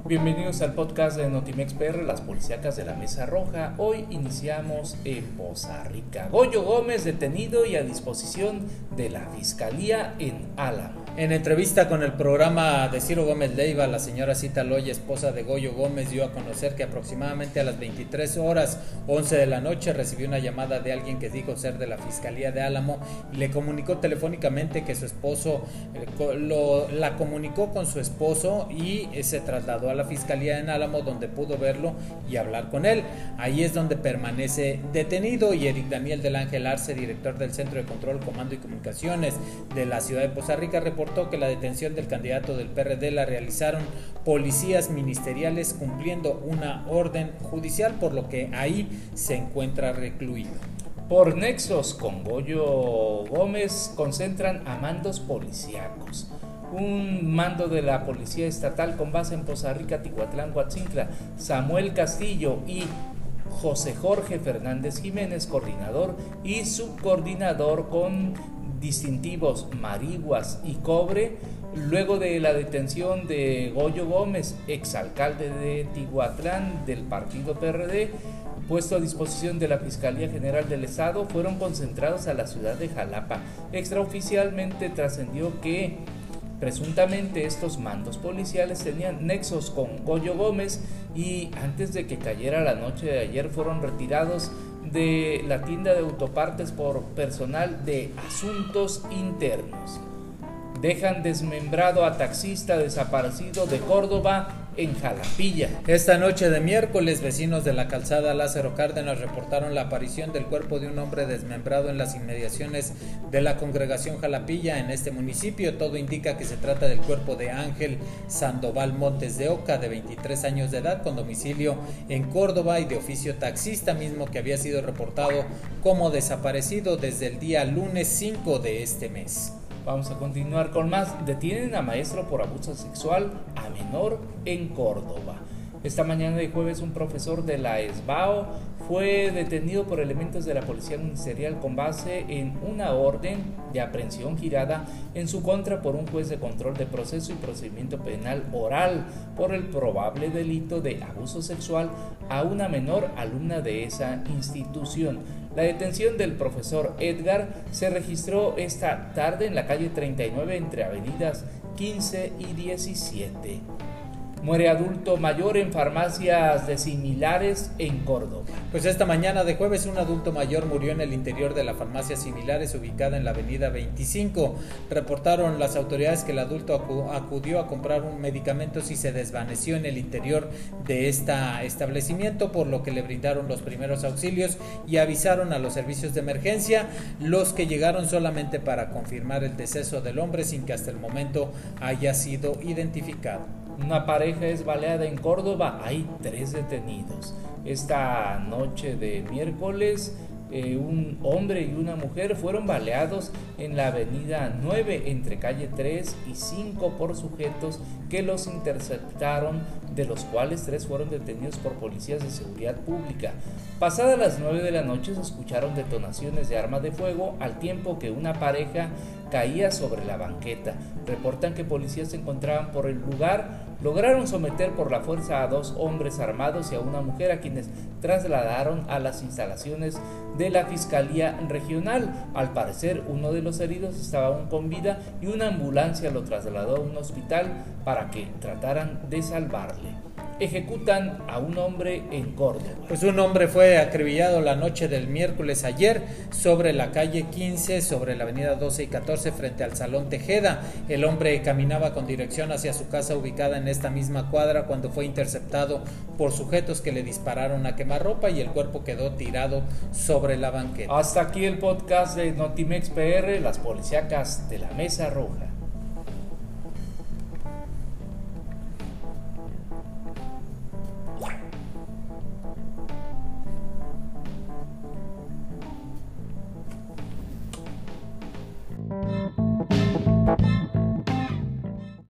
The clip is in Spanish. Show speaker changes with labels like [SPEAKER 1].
[SPEAKER 1] Bienvenidos al podcast de Notimex PR, las policíacas de la Mesa Roja. Hoy iniciamos en Poza Rica. Goyo Gómez detenido y a disposición de la Fiscalía en Álamo.
[SPEAKER 2] En entrevista con el programa de Ciro Gómez Leiva, la señora Cita Loya, esposa de Goyo Gómez, dio a conocer que aproximadamente a las 23:11 de la noche recibió una llamada de alguien que dijo ser de la Fiscalía de Álamo y le comunicó telefónicamente que su esposo la comunicó con su esposo y se trasladó a la Fiscalía en Álamo, donde pudo verlo y hablar con él. Ahí es donde permanece detenido, y Eric Daniel del Ángel Arce, director del Centro de Control, Comando y Comunicaciones de la ciudad de Poza Rica, reportó que la detención del candidato del PRD la realizaron policías ministeriales cumpliendo una orden judicial, por lo que ahí se encuentra recluido.
[SPEAKER 1] Por nexos con Goyo Gómez concentran a mandos policíacos. Un mando de la Policía Estatal con base en Poza Rica, Tihuatlán, Huatzintla, Samuel Castillo y José Jorge Fernández Jiménez, coordinador y subcoordinador con distintivos Marihuas y Cobre, luego de la detención de Goyo Gómez, exalcalde de Tihuatlán del partido PRD, puesto a disposición de la Fiscalía General del Estado, fueron concentrados a la ciudad de Jalapa. Extraoficialmente trascendió que presuntamente estos mandos policiales tenían nexos con Goyo Gómez y antes de que cayera la noche de ayer fueron retirados de la tienda de autopartes por personal de asuntos internos. Dejan desmembrado a taxista desaparecido de Córdoba en Jalapilla.
[SPEAKER 2] Esta noche de miércoles, vecinos de la calzada Lázaro Cárdenas reportaron la aparición del cuerpo de un hombre desmembrado en las inmediaciones de la congregación Jalapilla en este municipio. Todo indica que se trata del cuerpo de Ángel Sandoval Montes de Oca, de 23 años de edad, con domicilio en Córdoba y de oficio taxista, mismo que había sido reportado como desaparecido desde el día lunes 5 de este mes.
[SPEAKER 1] Vamos a continuar con más. Detienen a maestro por abuso sexual a menor en Córdoba. Esta mañana de jueves, un profesor de la ESBAO fue detenido por elementos de la Policía Ministerial con base en una orden de aprehensión girada en su contra por un juez de control de proceso y procedimiento penal oral por el probable delito de abuso sexual a una menor alumna de esa institución. La detención del profesor Edgar se registró esta tarde en la calle 39 entre avenidas 15 y 17. Muere adulto mayor en farmacias de Similares en Córdoba.
[SPEAKER 2] Pues esta mañana de jueves un adulto mayor murió en el interior de la farmacia Similares ubicada en la avenida 25. Reportaron las autoridades que el adulto acudió a comprar un medicamento y se desvaneció en el interior de este establecimiento, por lo que le brindaron los primeros auxilios y avisaron a los servicios de emergencia, los que llegaron solamente para confirmar el deceso del hombre sin que hasta el momento haya sido identificado.
[SPEAKER 1] Una pareja es baleada en Córdoba, hay 3 detenidos. Esta noche de miércoles, un hombre y una mujer fueron baleados en la avenida 9 entre calle 3 y 5 por sujetos que los interceptaron, de los cuales 3 fueron detenidos por policías de seguridad pública. Pasadas las 9 de la noche se escucharon detonaciones de armas de fuego al tiempo que una pareja caía sobre la banqueta. Reportan que policías se encontraban por el lugar, lograron someter por la fuerza a 2 hombres armados y a una mujer, a quienes trasladaron a las instalaciones de la Fiscalía Regional. Al parecer, uno de los heridos estaba aún con vida y una ambulancia lo trasladó a un hospital para que trataran de salvarle. Ejecutan a un hombre en Córdoba.
[SPEAKER 2] Pues un hombre fue acribillado la noche del miércoles ayer sobre la calle 15, sobre la avenida 12 y 14 frente al Salón Tejeda. El hombre caminaba con dirección hacia su casa ubicada en esta misma cuadra cuando fue interceptado por sujetos que le dispararon a quemarropa y el cuerpo quedó tirado sobre la banqueta.
[SPEAKER 1] Hasta aquí el podcast de Notimex PR, las policíacas de la Mesa Roja.